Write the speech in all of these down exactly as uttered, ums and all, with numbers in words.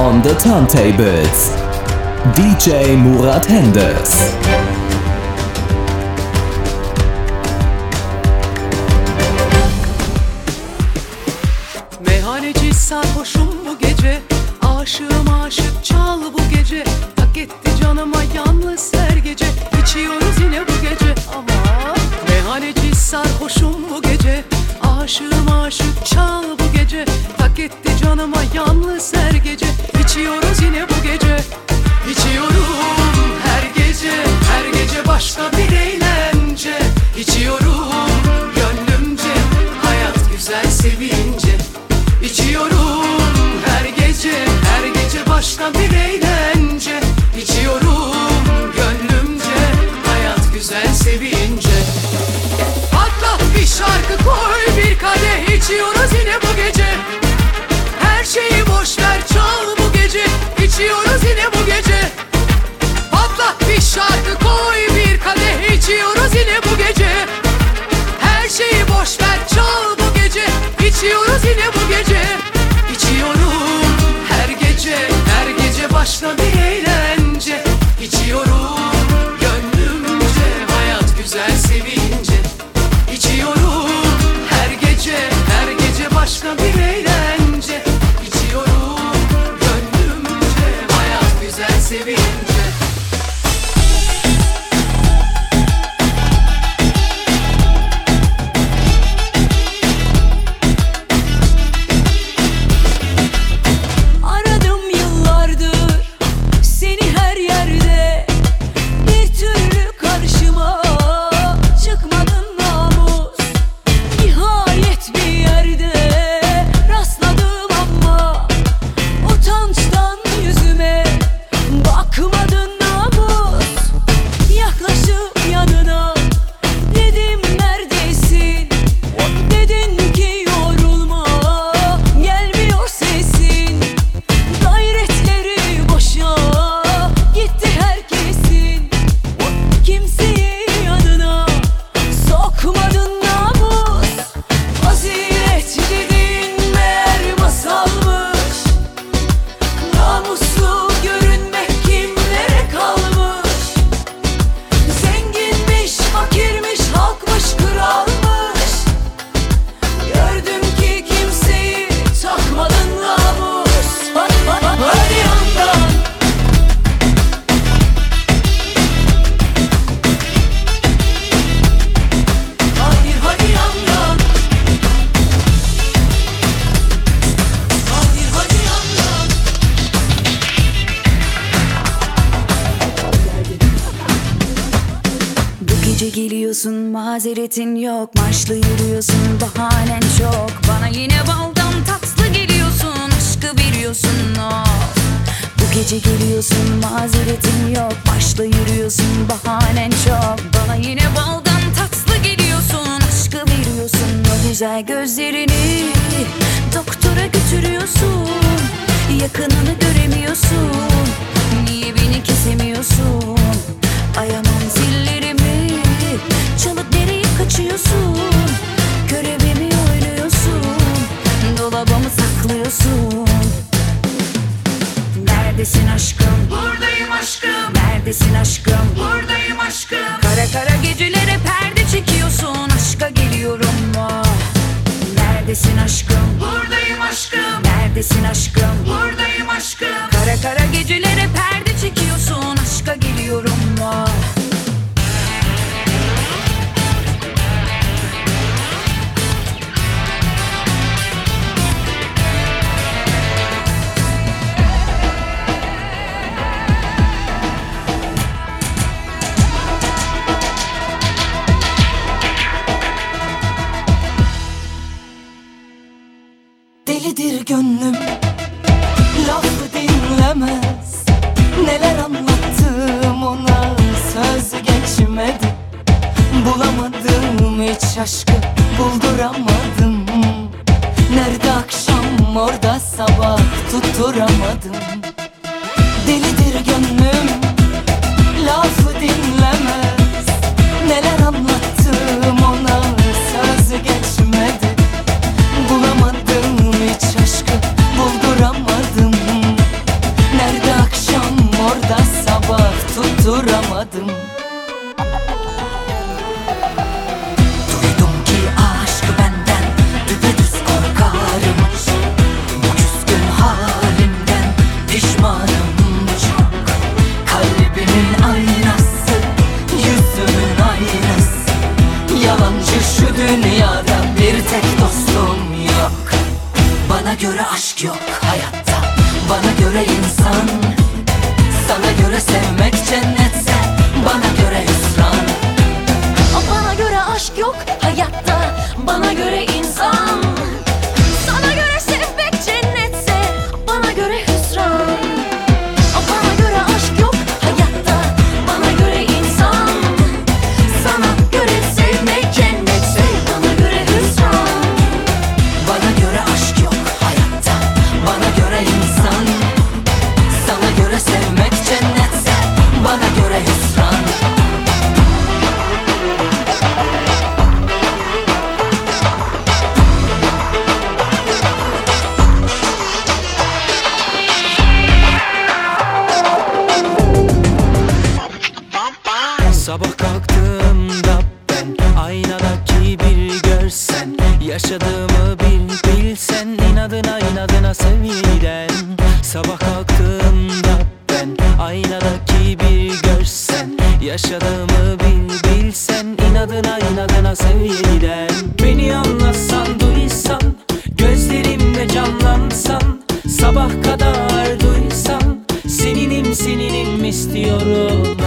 On the turntables, D J Murat Henders. Meyhaneci sarhoşum bu gece, aşığım aşık çal bu gece. Tak etti canıma yalnız her gece, içiyoruz yine bu gece. Ama meyhaneci sarhoşum bu gece, aşığım aşık çal bu gece. Tak etti canıma yalnız her gece, içiyoruz yine bu gece. İçiyorum her gece, her gece başka bir eğlence. İçiyorum gönlümce, hayat güzel sevince. İçiyorum her gece, her gece başka bir eğlence. İçiyorum gönlümce, hayat güzel sevince. Patlat bir şarkı koy bir kadeh, içiyoruz yine bu gece. Her şeyi boş ver çal bu gece, içiyoruz yine bu gece. Patlat bir şarkı koy bir kadeh, içiyoruz yine bu gece. Her şeyi boş ver çal bu gece, içiyoruz yine bu gece. İçiyorum her gece, her gece başka bir eğlence. İçiyorum gönlümce, hayat güzel sevince. İçiyorum her gece, her gece başka bir eğlence. İçiyorum gönlümce, hayat güzel sevince. Mazeretin yok, marşlı yürüyorsun, bahanen çok. Bana yine baldan tatlı geliyorsun, aşkı veriyorsun of. Bu gece geliyorsun, mazeretin yok, marşlı yürüyorsun, bahanen çok. Bana yine baldan tatlı geliyorsun, aşkı veriyorsun. O güzel gözlerini doktora götürüyorsun, yakınını göremiyorsun. Niye beni kesemiyorsun? Ayamam zillerimi çalıp nereye kaçıyorsun? Görevimi oynuyorsun, dolabımı saklıyorsun. Neredesin aşkım? Buradayım aşkım. Neredesin aşkım? Buradayım aşkım. Kara kara gecelere perde çekiyorsun, aşka geliyorum mu? Neredesin aşkım? Buradayım aşkım. Neredesin aşkım? Buradayım aşkım. Kara kara gecelere perde çekiyorsun, aşka geliyorum mu? Delidir gönlüm, laf anlamadım. Duydum ki aşkı benden düpedüz korkarım. Bu küskün halimden pişmanım çok. Kalbimin aynası, yüzümün aynası. Yalancı şu dünyada bir tek dostum yok. Bana göre aşk yok hayatta, bana göre insan. Sana göre sevmek cennetse, bana göre hüsran. Bana göre aşk yok hayatta, bana göre insan. Sana göre sevmek cennetse, bana göre hüsran. Bana göre aşk yok hayatta, bana göre insan. Sana göre sevmek cennetse, bana göre hüsran. Bana göre aşk yok hayatta, bana göre insan. Sana göre sevmek cennetse, bana göre hüsran. Sabah kalktığımda ben aynadaki bir görsen, yaşadığımı bil bilsen, inadına inadına sevgiden. Sabah kalktığımda ben aynadaki bir görsen, yaşadığımı bil bilsen, inadına inadına sevgiden. Beni anlasan duysan, gözlerimle canlansan, sabah kadar duysan, seninim seninim istiyorum.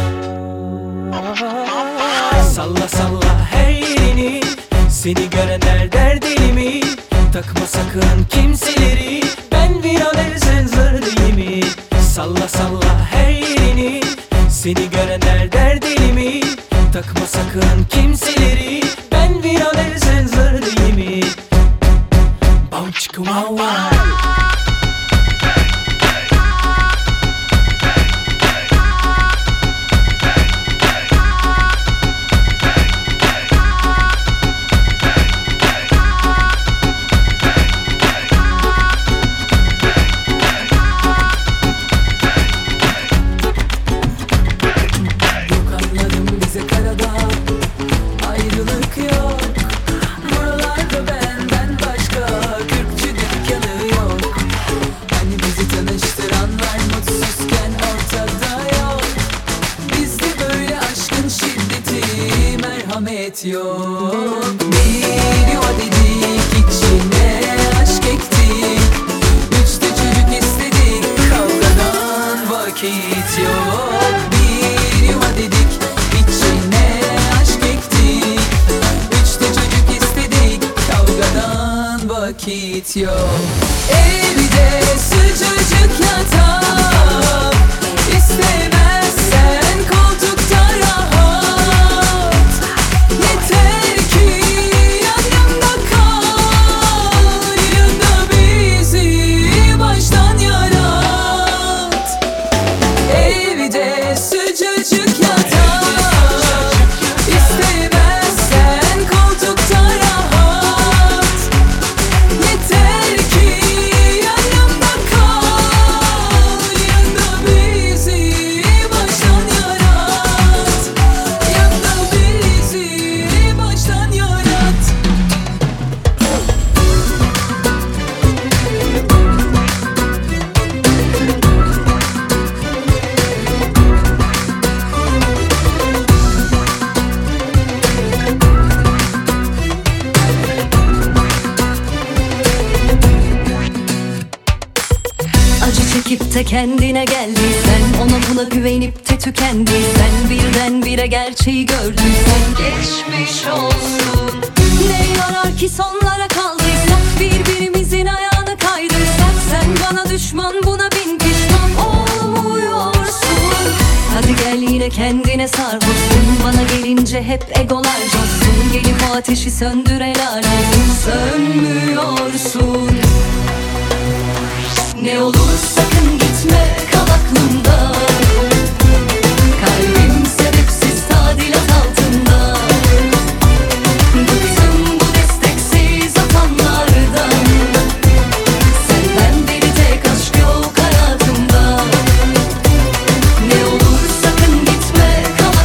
Salla salla her yerini, seni görenler der deli mi? Takma sakın kimseleri, ben viran sen zır değil mi? Salla salla her yerini, seni görenler der deli mi? Takma sakın kimseleri, ben viran sen zır değil mi? Bam çıkı wow wow. Yok. Bir yuva dedik, içine aşk ektik. Üçte çocuk istedik, kavgadan vakit yok. Bir yuva dedik, içine aşk ektik. Üçte çocuk istedik, kavgadan vakit yok. Evde sıcacık yatak, istemezsen koltukta rahat. Çekip de kendine geldiysen, ona buna güvenip de tükendiysen, birdenbire gerçeği gördüysen, geçmiş olsun. Ne yarar ki sonlara kaldıysak, birbirimizin ayağına kaydıysak. Sen bana düşman, buna bin pişman olmuyorsun. Hadi gel yine kendine sarhoşsun, bana gelince hep egolar coşsun. Gelip o ateşi söndür el alem, sönmüyorsun. Ne olur sakın gitme, kal aklımda. Kalbim sebepsiz tadilat altında. Bıktım bu desteksiz atanlardan. Senden beri tek aşk yok hayatımda. Ne olur sakın gitme, kal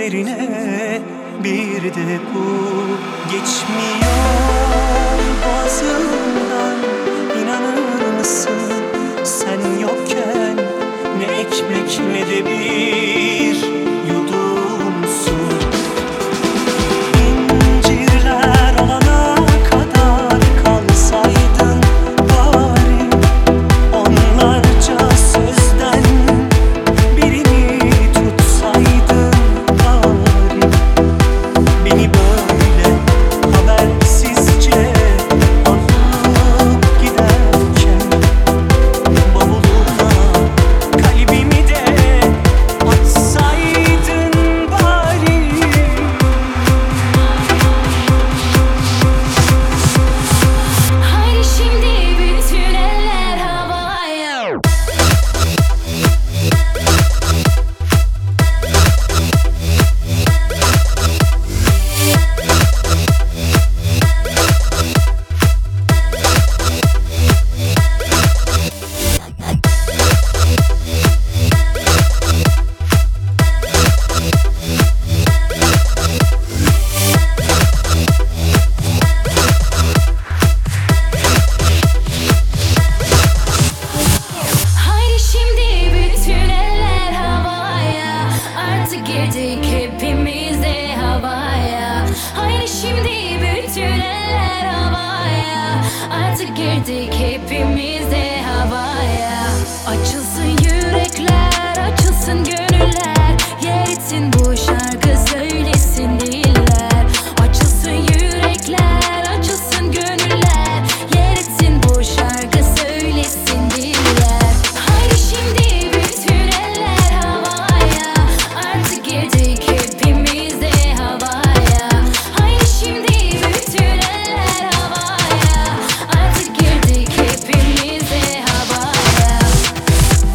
sözlerine bir de bu geçmiyor boğazımdan. İnanır mısın sen yokken ne ekmek ne de bir yudum su. İncirler olana kadar kalsaydın bari, onlarca sözden birini tutsaydın bari. Beni böyle habersizce alıp giderken bavuluna kalbimi de atsaydın bari. Haydi şimdi bütün eller havaya. Haydi şimdi bütün eller havaya. Artık girdik hepimiz de havaya. Haydi şimdi bütün eller havaya. Artık girdik hepimiz de havaya. Açılsın yürekler, açılsın gönüller. Yer etsin bu şarkı, söylesin diller. Açılsın yürekler, açılsın gönüller. Yer etsin bu şarkı, söylesin diller. Haydi şimdi bütün eller havaya. Artık girdik hepimiz de havaya. Haydi şimdi bütün eller havaya. Artık girdik hepimiz de havaya.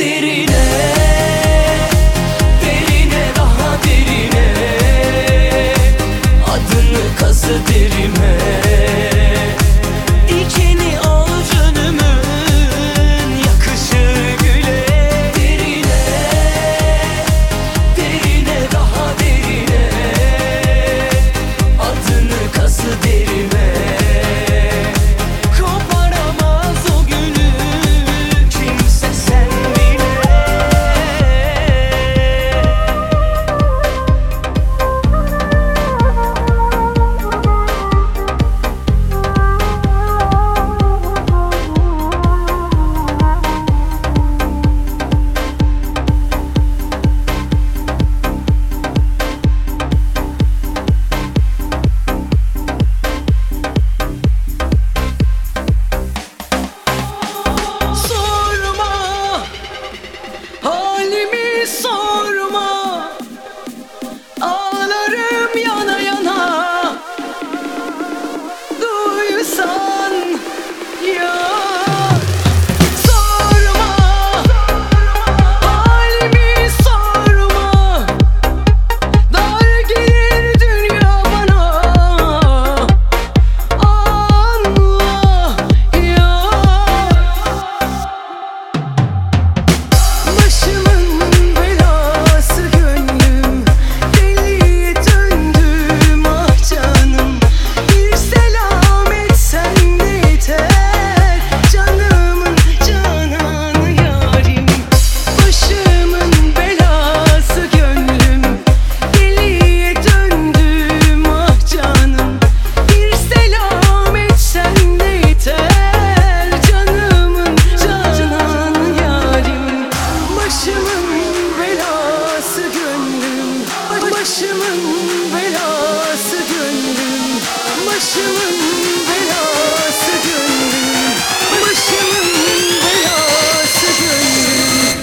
derine, derine daha derine, adını kazı derime. Dikeni ol canımın, yakışır güle. Derine, derine daha derine, adını kazı derime. Koparamaz o gülü kimse, sen bile. Sorma, halimi sorma, ağlarım yana yana. Duysan ya. Sorma, halimi sorma, dar gelir dünya bana. Anla ya. Başımın belası gönlüm, deliye döndüm ah canım. Bir selam etsen de yeter, canımın cananı yarim. Başımın belası gönlüm, deliye döndüm ah canım. Bir selam etsen de yeter, canımın cananı yarim. Başımın belası gönlüm, başımın belası gönlüm, başımın belası gönlüm, başımın belası gönlüm.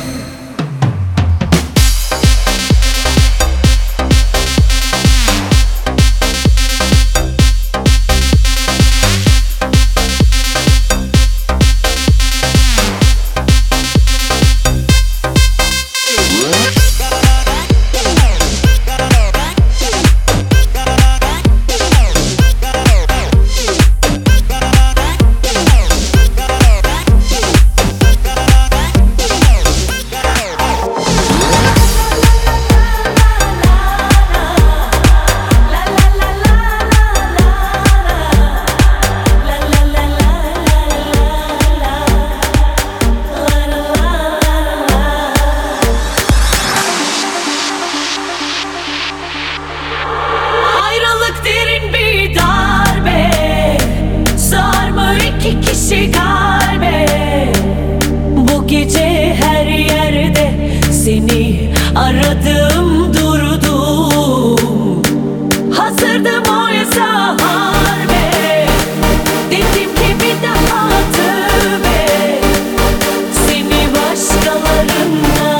Ayrılık derin bir darbe, sarma iki kişi kalbe. Bu gece her yerde seni aradım durdum. Hazırdım oysa harbe, dedim ki bir daha tövbe. Seni başkalarında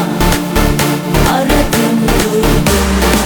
aradım durdum.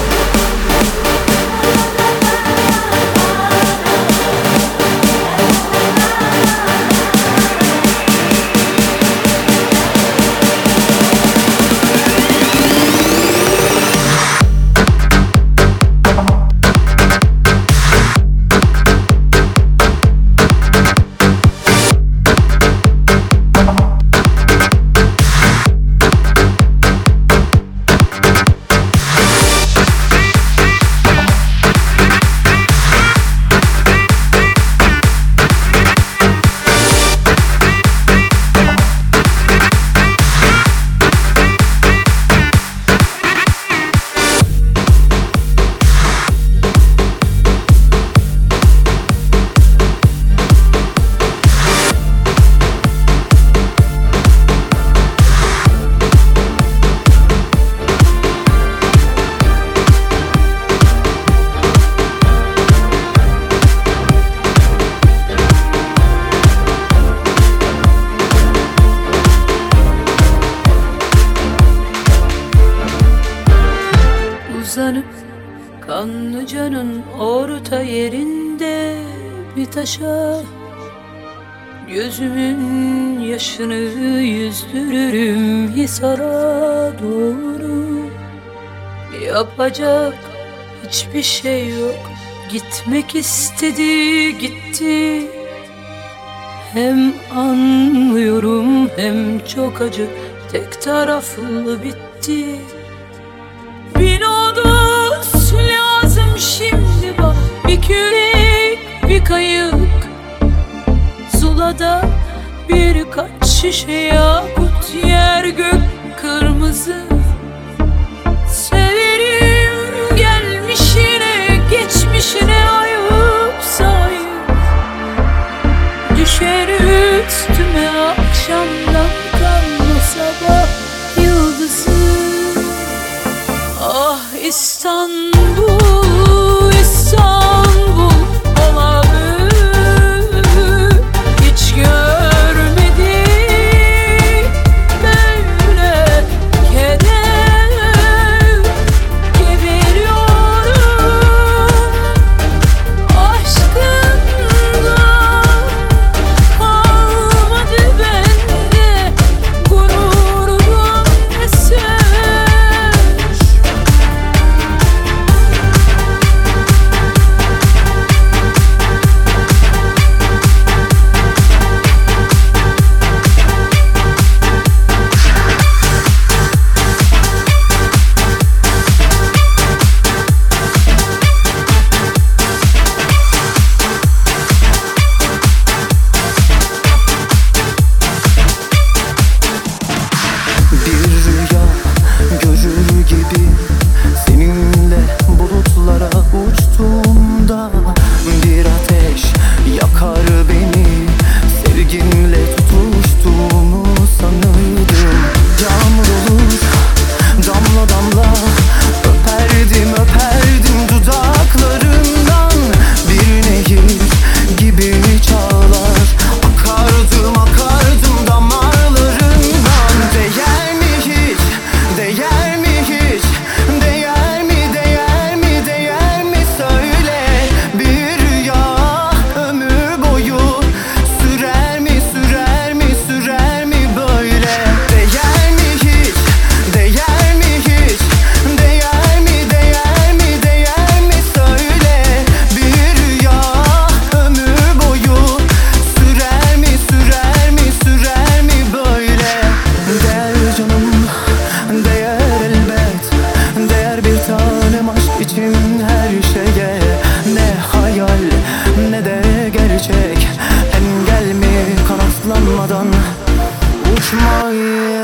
Uzanıp Kanlıca'nın orta yerinde bir taşa Gözümün yaşını yüzdürürüm Hisar'a doğru. Yapacak hiçbir şey yok, gitmek istedi gitti. Hem anlıyorum hem çok acı, tek taraflı bitti. Bir odus lazım şimdi bana, bir kürek bir kayık. Zula'da birkaç şişe yakut, yer gök kırmızı. Severim gelmişine geçmişine ayıp sayıp. Düşer üstüme akşamdan kanlı sabah yıldızı. Ah İstanbul, İstanbul olanı hiç görmedim böyle keder. Geberiyorum aşkından, kalmadı bende gururum eser. Bir rüya görür gibi seninle bulutlara uçtuğumda, bir ateş yakar beni, sevginle tutuştuğumu sanırdım. Yağmur olur damla damla, öperdim öperdim dudaklarından. Bir nehir gibi çağlar, akardım akardım damarlarından. Değer mi hiç, değer mi hiç, değer mi, değer mi, değer mi söyle. Bir rüya ömür boyu sürer mi, sürer mi, sürer mi böyle. Değer mi hiç, değer mi hiç, değer mi, değer mi, değer mi söyle. Bir rüya ömür boyu sürer mi, sürer mi, sürer mi böyle. Değer canım, değer elbet, değer bir tanem aşk için her şeye. Ne hayal ne de gerçek, engel mi kanatlanmadan uçmaya.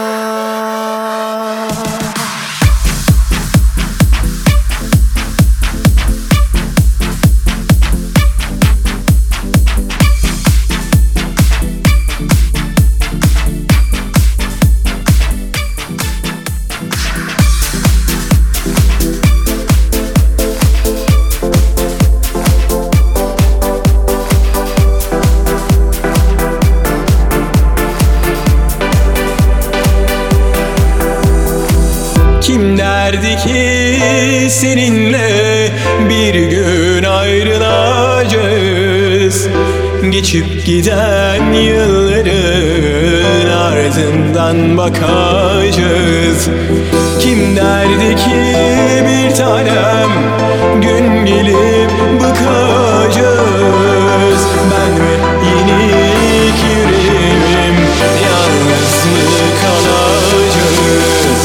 Kim derdi ki seninle bir gün ayrılacağız? Geçip giden yılların ardından bakacağız. Kim derdi ki bir tanem gün gelip bıkacağız? Ben ve yenik yüreğim yalnız mı kalacağız?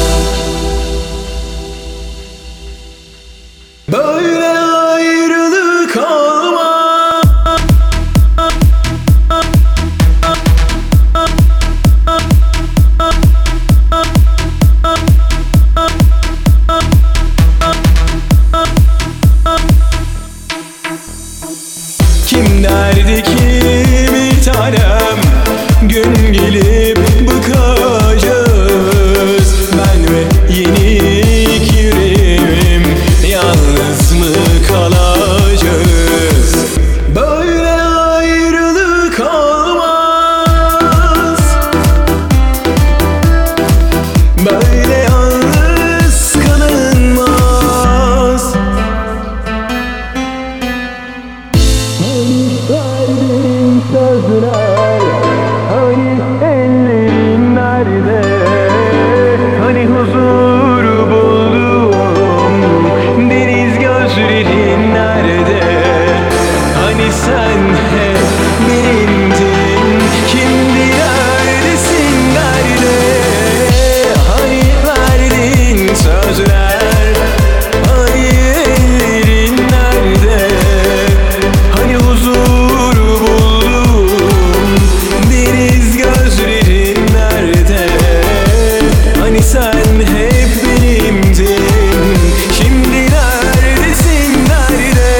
Böyle ayrılık olmaz. sen hep benimdin. Şimdi neredesin, nerede?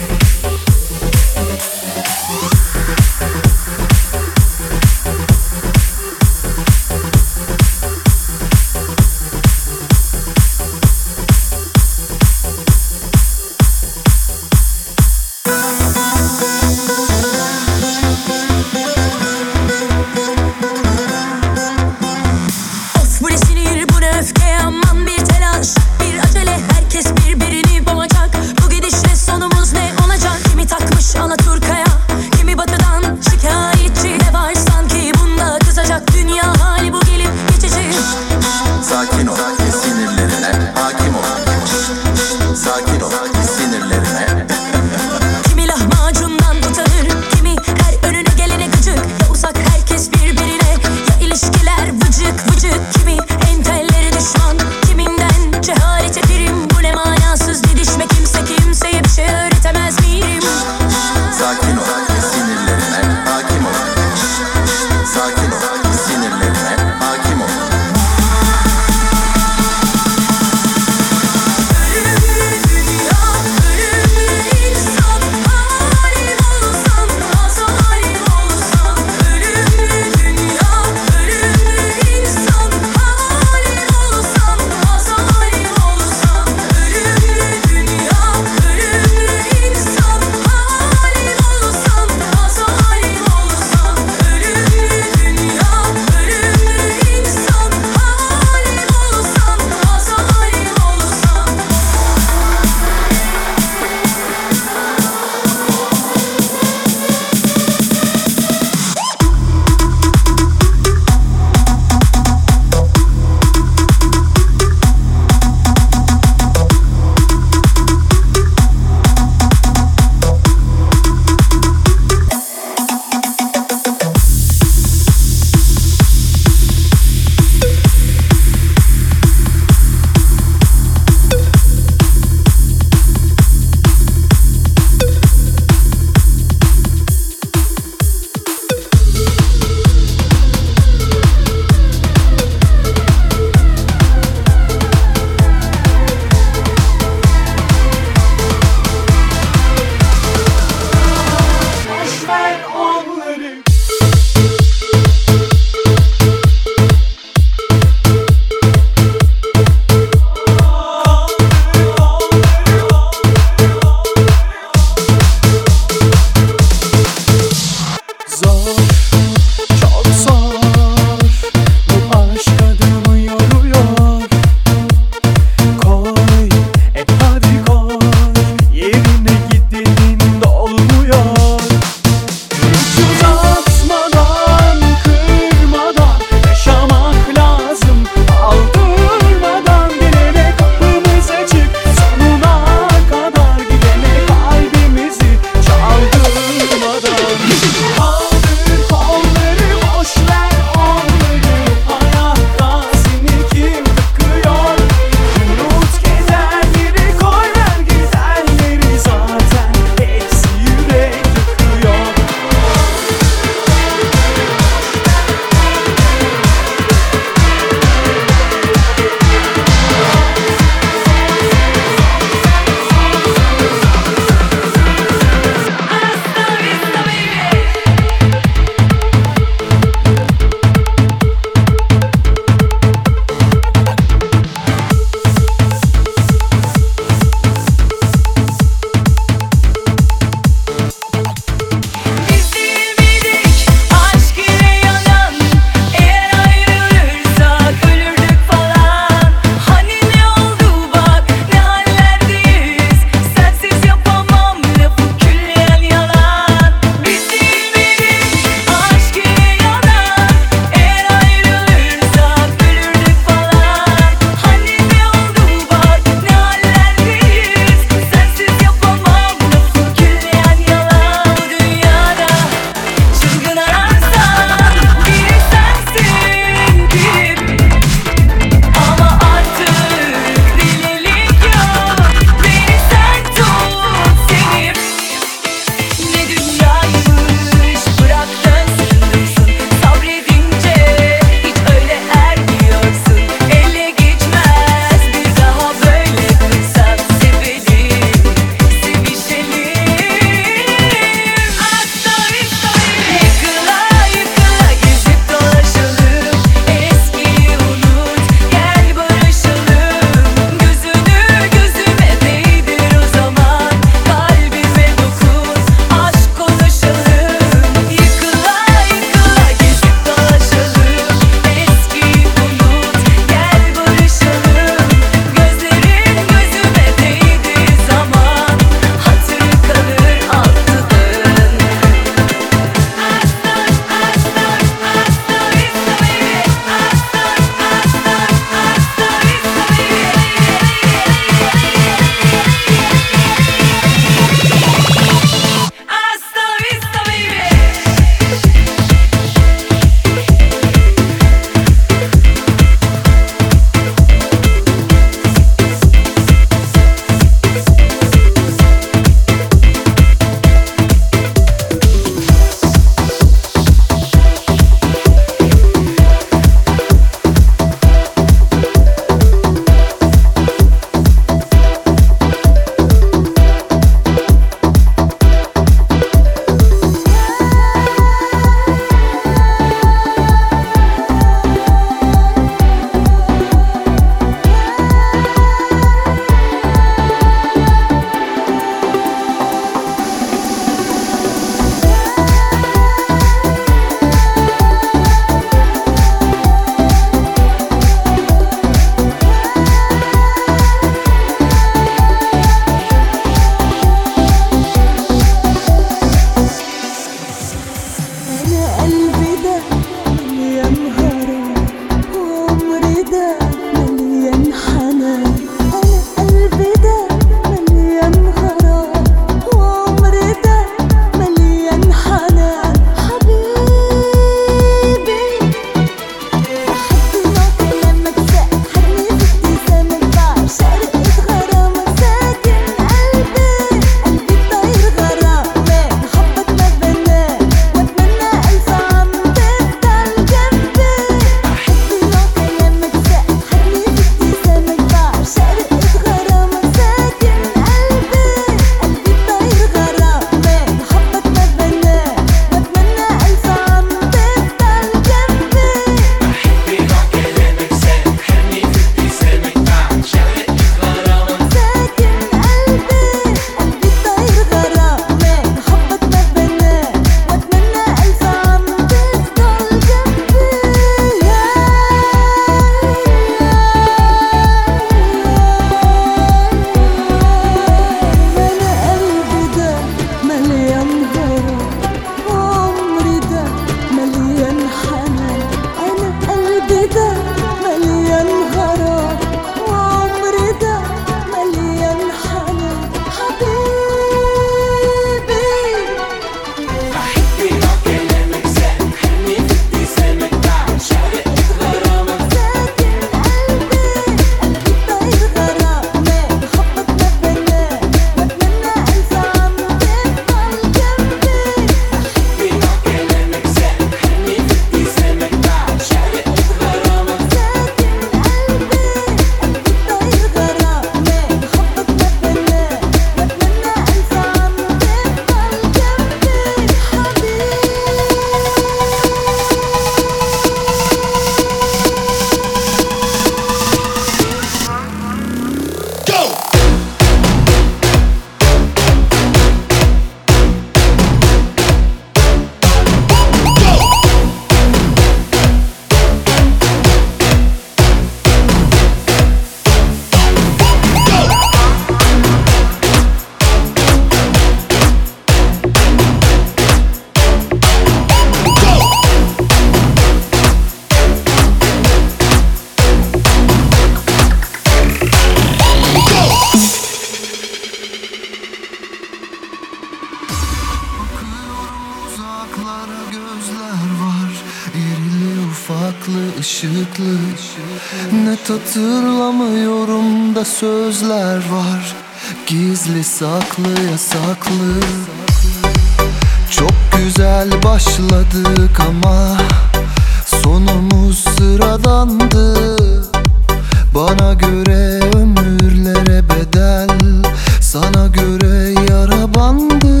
ışıklı. Net hatırlamıyorum da sözler var, gizli saklı yasaklı. Çok güzel başladık ama sonumuz sıradandı. Bana göre ömürlere bedel, sana göre yara bandı.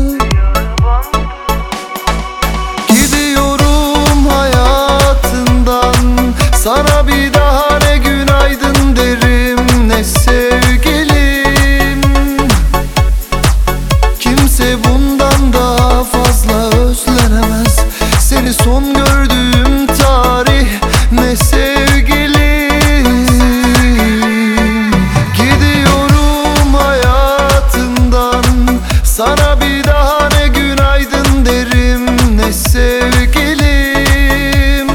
Gidiyorum hayatından, sana bir daha ne günaydın derim ne sevgilim. Kimse bundan daha fazla özlenemez, seni son gördüğüm tarih ne sevgilim. Gidiyorum hayatından, sana bir daha ne günaydın derim ne sevgilim.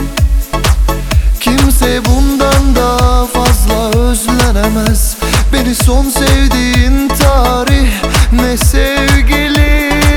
Kimse bundan daha fazla özlenemez, beni son sevdiğin tarih ne sevgilim.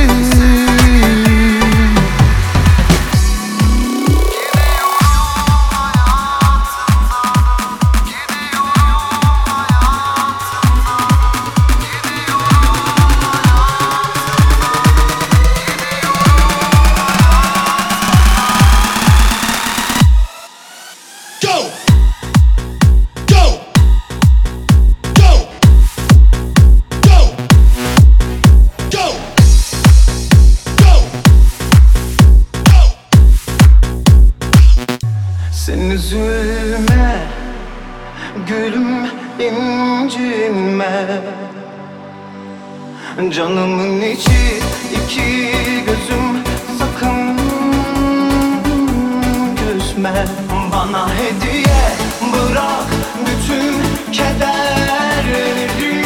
Sen üzülme, gülüm incinme. Canımın içi iki gözüm, sakın küsme. Bana hediye bırak bütün kederleri,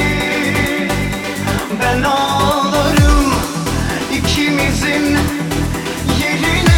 ben ağlarım ikimizin yerine.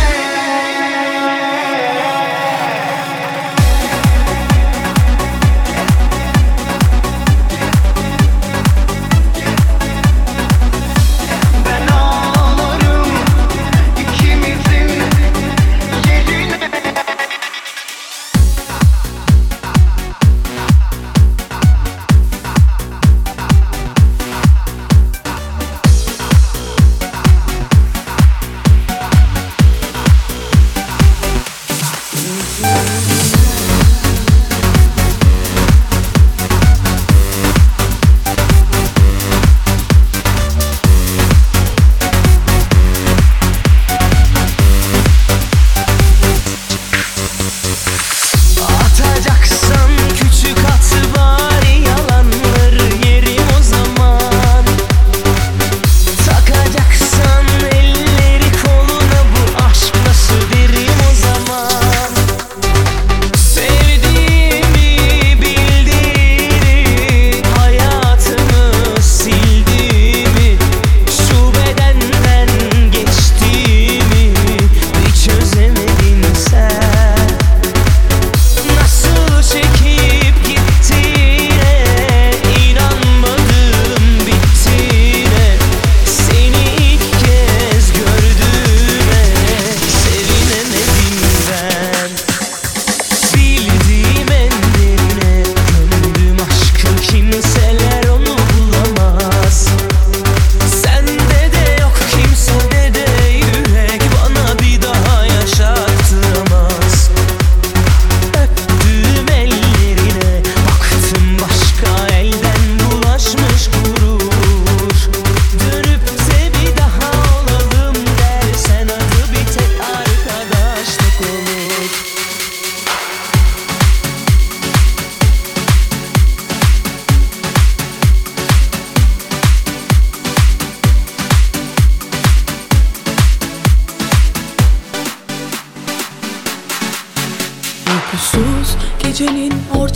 Uykusuz gecenin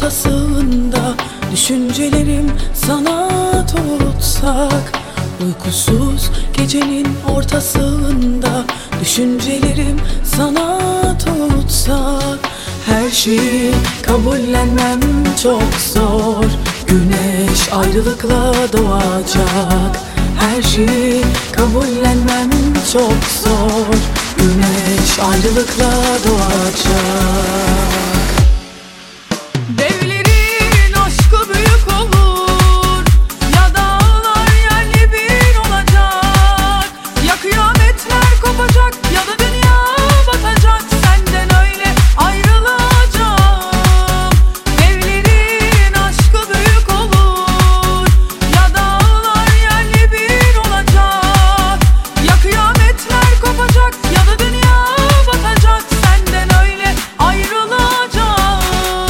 ortasında düşüncelerim sana tutsak. Uykusuz gecenin ortasında düşüncelerim sana tutsak. Her şeyi kabullenmem çok zor, güneş ayrılıkla doğacak. Her şeyi kabullenmem çok zor, güneş güneş ayrılıkla doğacak. Devlerin aşkı büyük olur, ya dağlar yerle bir olacak, ya kıyametler kopacak ya da dünya batacak, senden öyle ayrılacağım. Devlerin aşkı büyük olur, ya dağlar yerle bir olacak, ya kıyametler kopacak ya da dünya batacak, senden öyle ayrılacağım.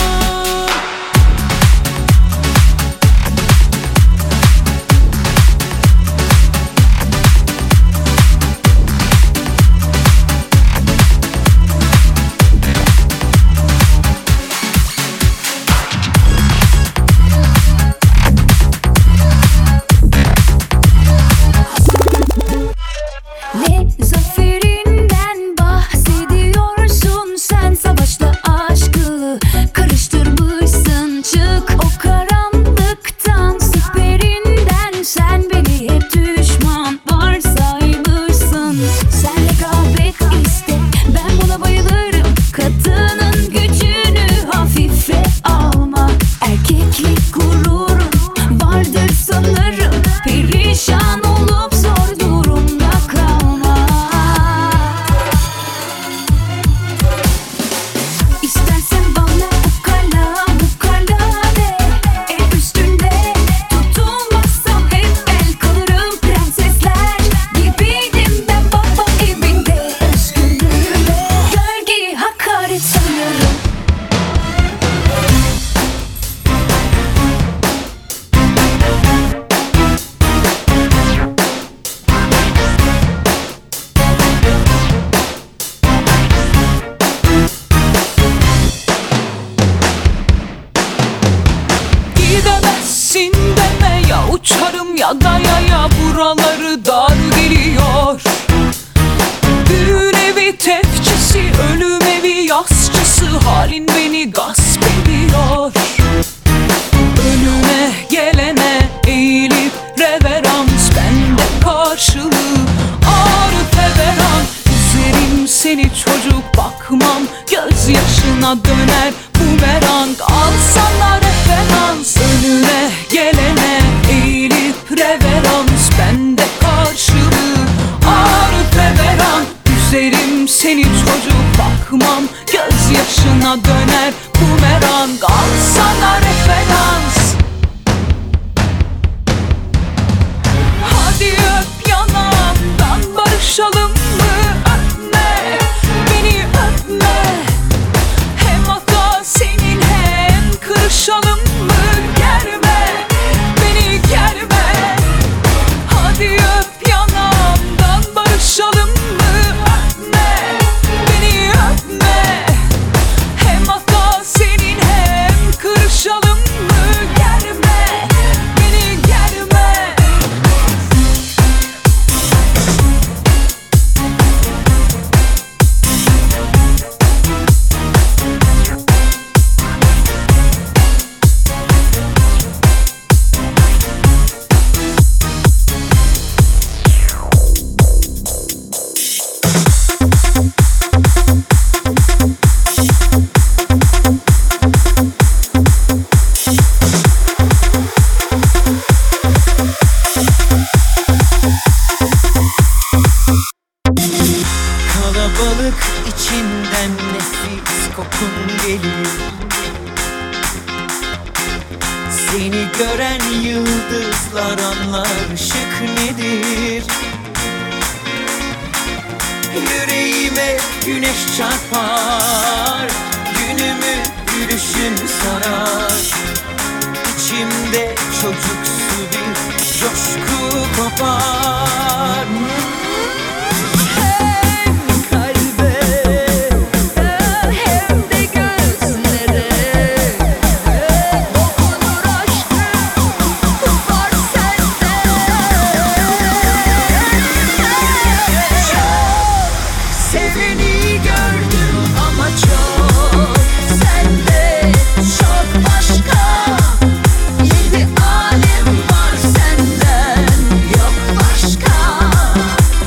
Ne zaferinden bahsediyorsun sen, savaşla aşkı karıştırmışsın. Çık o karanlıktan, süperinden sen beni hep düşman varsaymışsın. Sen rekabet iste, ben buna bayılırım. Kadının gücünü hafife alma, erkeklik gururun vardır sanırım. Perişan olup zor durumda kalma. İstersen bana ukala ukala de, el üstünde tutulmazsam hep el kalırım. Prensesler gibiydim ben baba evinde, özgürlüğüme gölgeyi hakaret sanırım. Gidemezsin deme ya, uçarım ya da yaya, buraları dar geliyor. Düğün evi tefçisi, ölüm evi yasçısı, halin beni gasp ediyor. Önüne gelene eğilip reverans, bende karşılığı ağrı feveran. Üzerim seni çocuk bakmam, gözyaşına döner bumerang. Al sana referans, önüne gelene eğilip reverans, bende karşılığı ağrı feveran. Üzerim seni çocuk bakmam, gözyaşına döner bumerang. Al sana referans. Hadi öp yanağımdan, barışalım mı? Öpme, beni öpme. Hem hata senin hem kırışalım mı? Germe, beni germe. Hadi öp yanağımdan, barışalım mı? Öpme, beni öpme. Hem hata senin hem kırışalım mı? Germe, beni germe. Kalabalık içinden nefis kokun gelir. Seni gören yıldızlar anlar ışık nedir. Yüreğime güneş çarpar, günümü gülüşün sarar. İçimde çocuksu bir coşku kopar. Hem kalbe hem de gözlere dokunur aşkım var sende. Çok seveni gördüm ama çok sende çok başka. Yedi alem var senden, yok başka.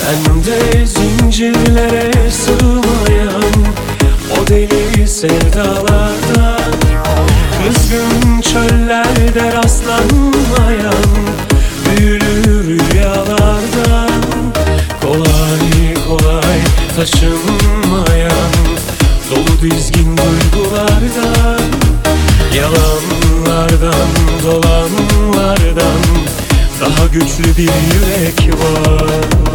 Bende zincirlere sığmayan o deli sevdalardan, kızgın çöllerde rastlanmayan büyülü rüyalardan, kolay kolay taşınmayan dolu dizgin duygulardan, yalanlardan dolanlardan daha güçlü bir yürek var.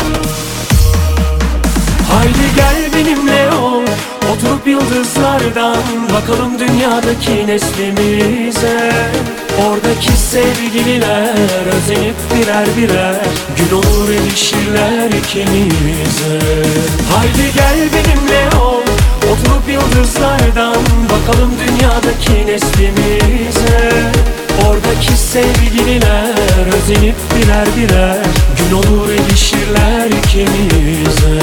Haydi gel benimle ol, oturup yıldızlardan bakalım dünyadaki neslimize. Oradaki sevgililer özenip birer birer gün olur erişirler ikimize. Haydi gel benimle ol, oturup yıldızlardan bakalım dünyadaki neslimize. Oradaki sevgililer özenip birer birer gün olur erişirler ikimize.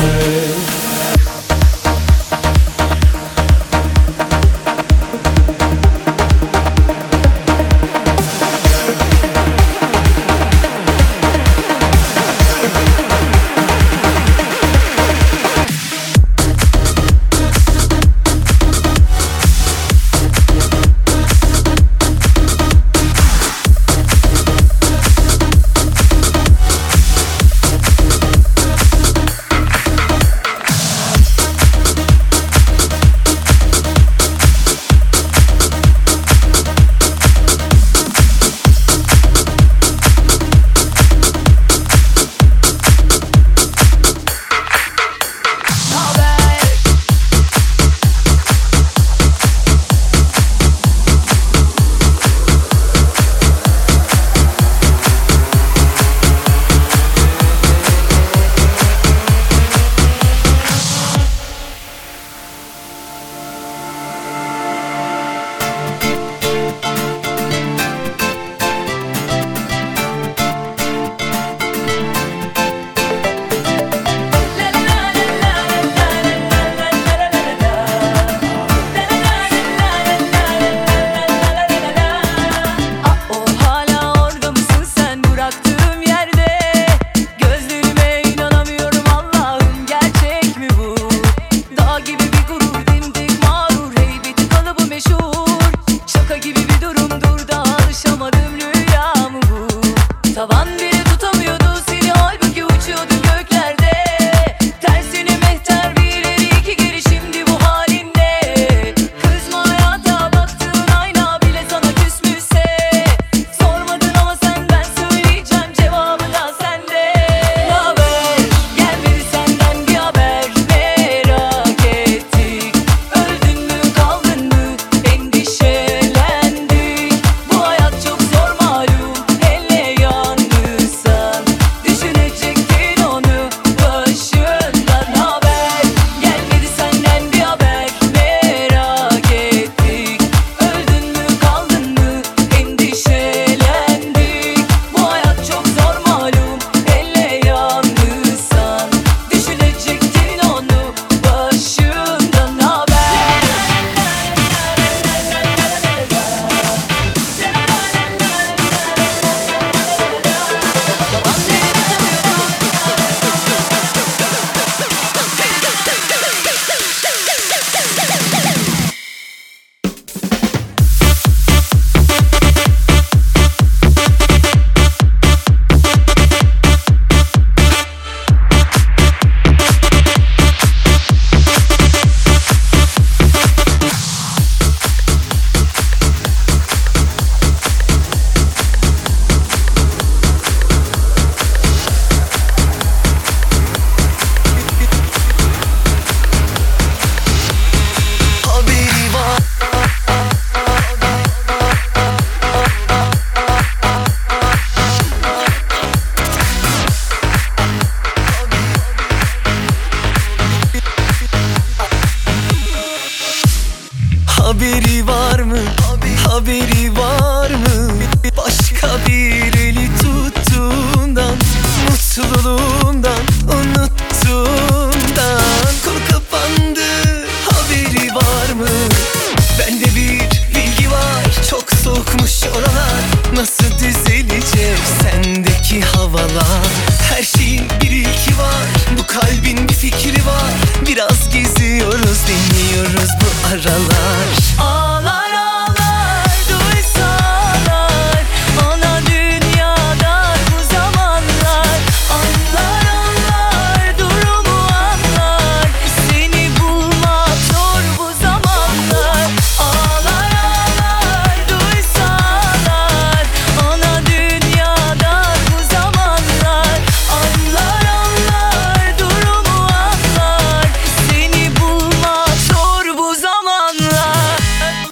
kalbin bir fikri var. Biraz geziyoruz, dinliyoruz bu aralar. Ağlar ağlar duysalar ana dünyadan bu zamanlar. Anlar anlar durumu anlar, seni bulmak zor bu zamanlar. Ağlar ağlar duysalar ana dünyadan bu zamanlar. Anlar anlar durumu anlar, seni bulmak zor bu zamanlar.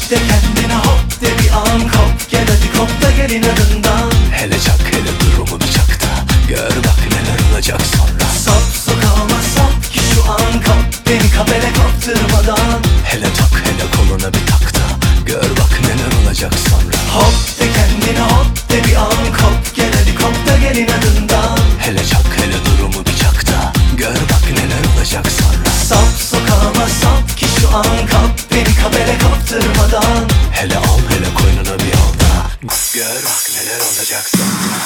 de kendine hop de bir an kop. Gel hadi kop da gel inadından. Hele çak hele durumu bir çak da gör bak neler olacak sonra. Sap sokağıma sap ki şu an kap. Beni kabele kaptırmadan. Hele tak hele koluna bir tak da gör bak neler olacak sonra. Hop de kendine hop de bir an kop. Gel hadi kop da gel inadından. Hele çak hele durumu bir çak da gör bak neler olacak sonra. Sap sokağıma sap ki şu an kap. Beni kabele kaptırmadan. Hele al hele koynuna bir al da gör bak neler olacak sonra.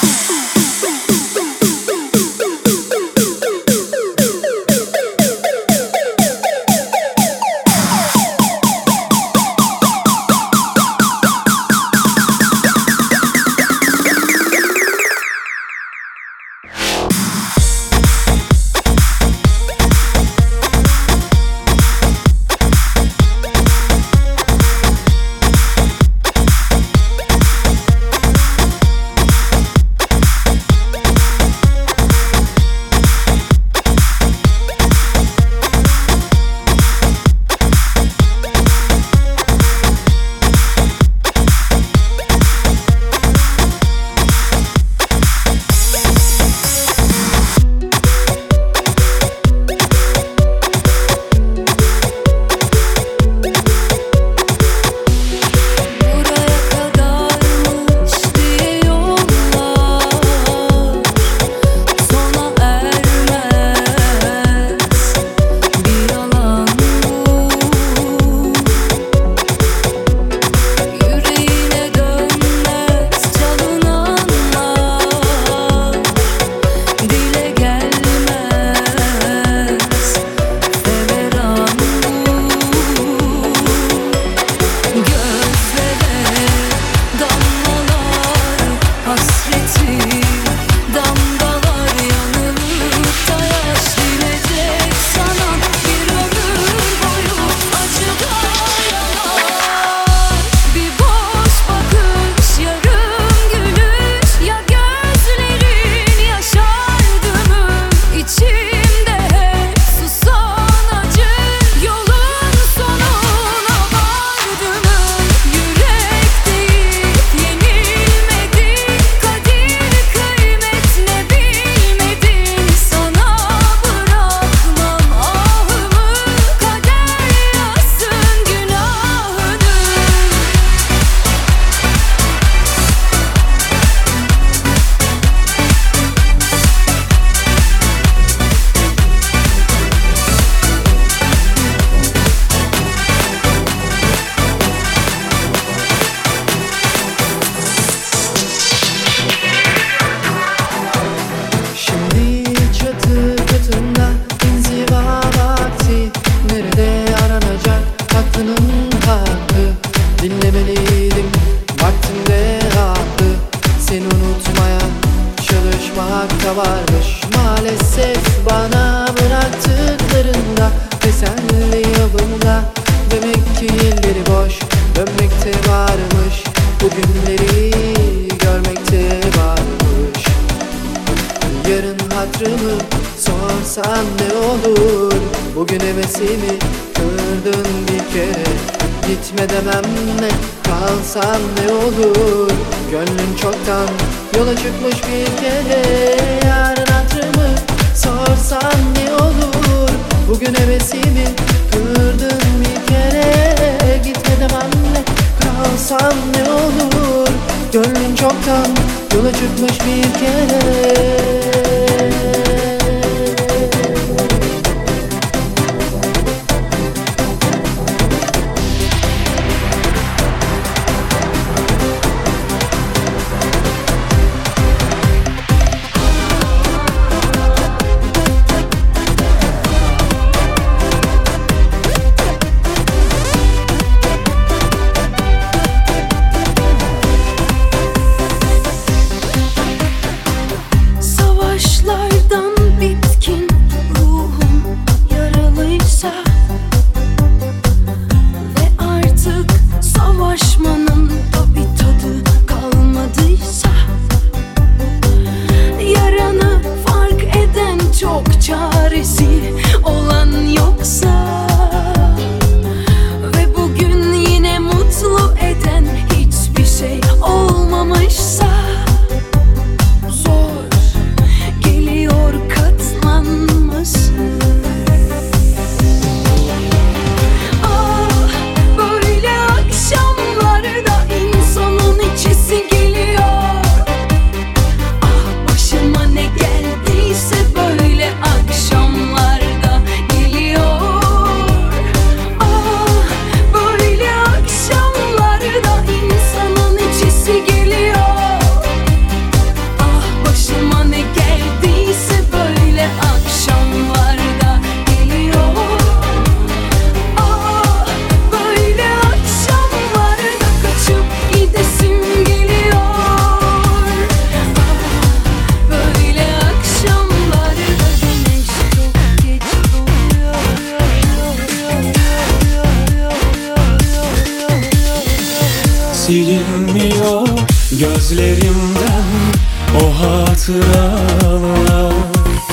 Savaş Silinmiyor gözlerimden o hatıralar.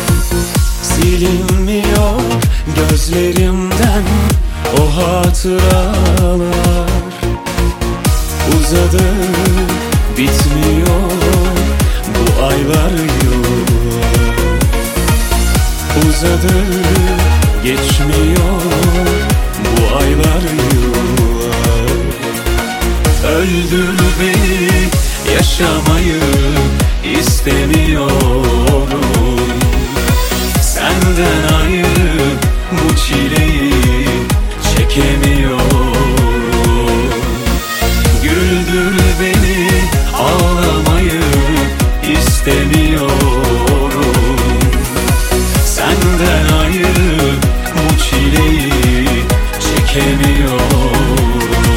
Silinmiyor gözlerimden o hatıralar. Uzadı bitmiyor bu aylar yıllar. Uzadı geçmiyor bu aylar yıllar. Öldür beni, yaşamayı istemiyorum. Senden ayrı bu çileyi çekemiyorum. Güldür beni, ağlamayı istemiyorum. Senden ayrı bu çileyi çekemiyorum.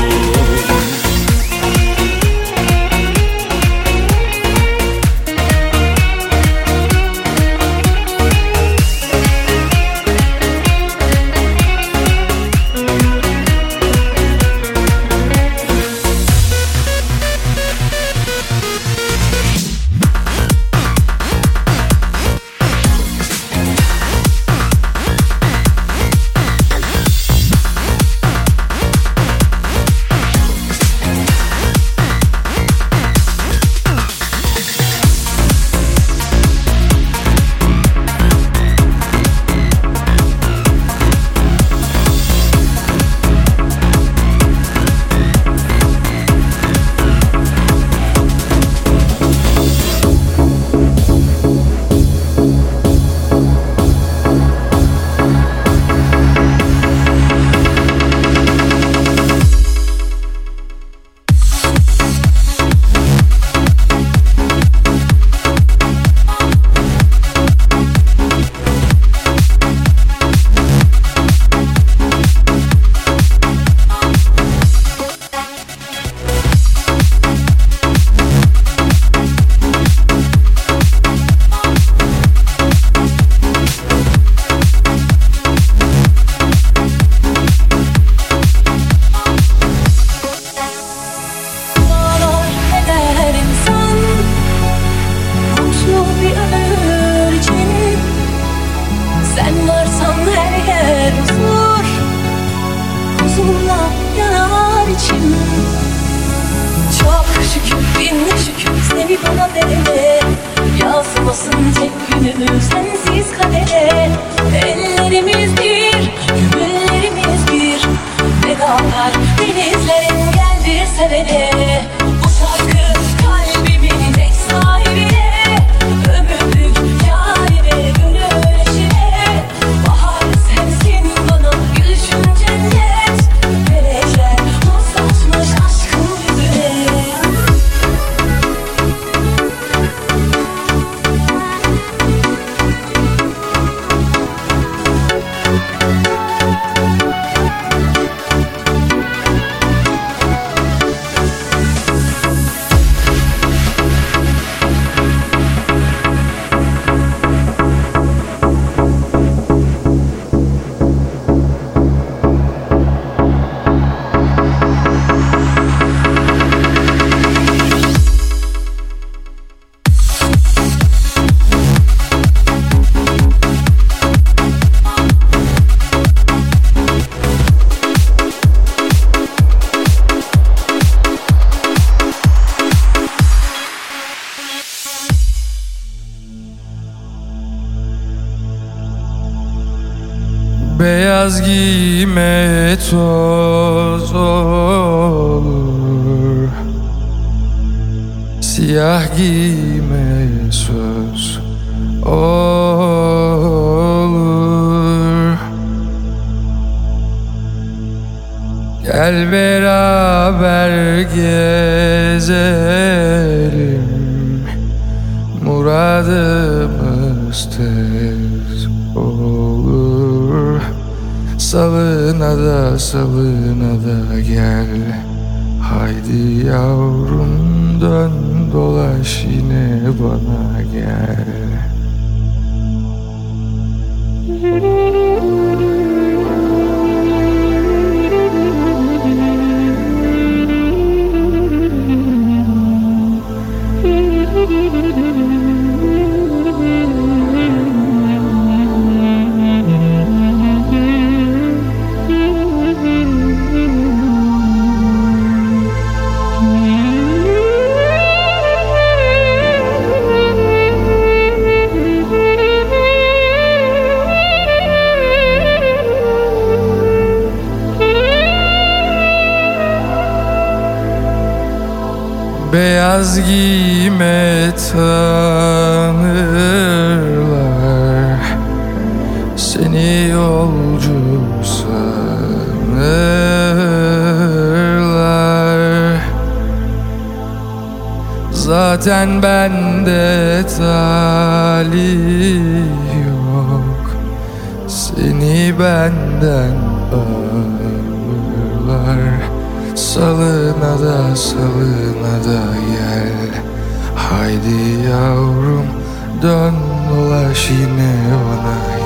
Beyaz giyme toz olur, siyah giyme söz olur. Gel beraber gezelim, muradımız tez olur. Salına da salına da gel, haydi yavrum dön dolaş yine bana gel. beyaz giyme tanırlar, seni yolcu sanırlar. Zaten bende talih yok, seni benden alırlar. Salına da salına da gel, haydi yavrum dön dolaş yine bana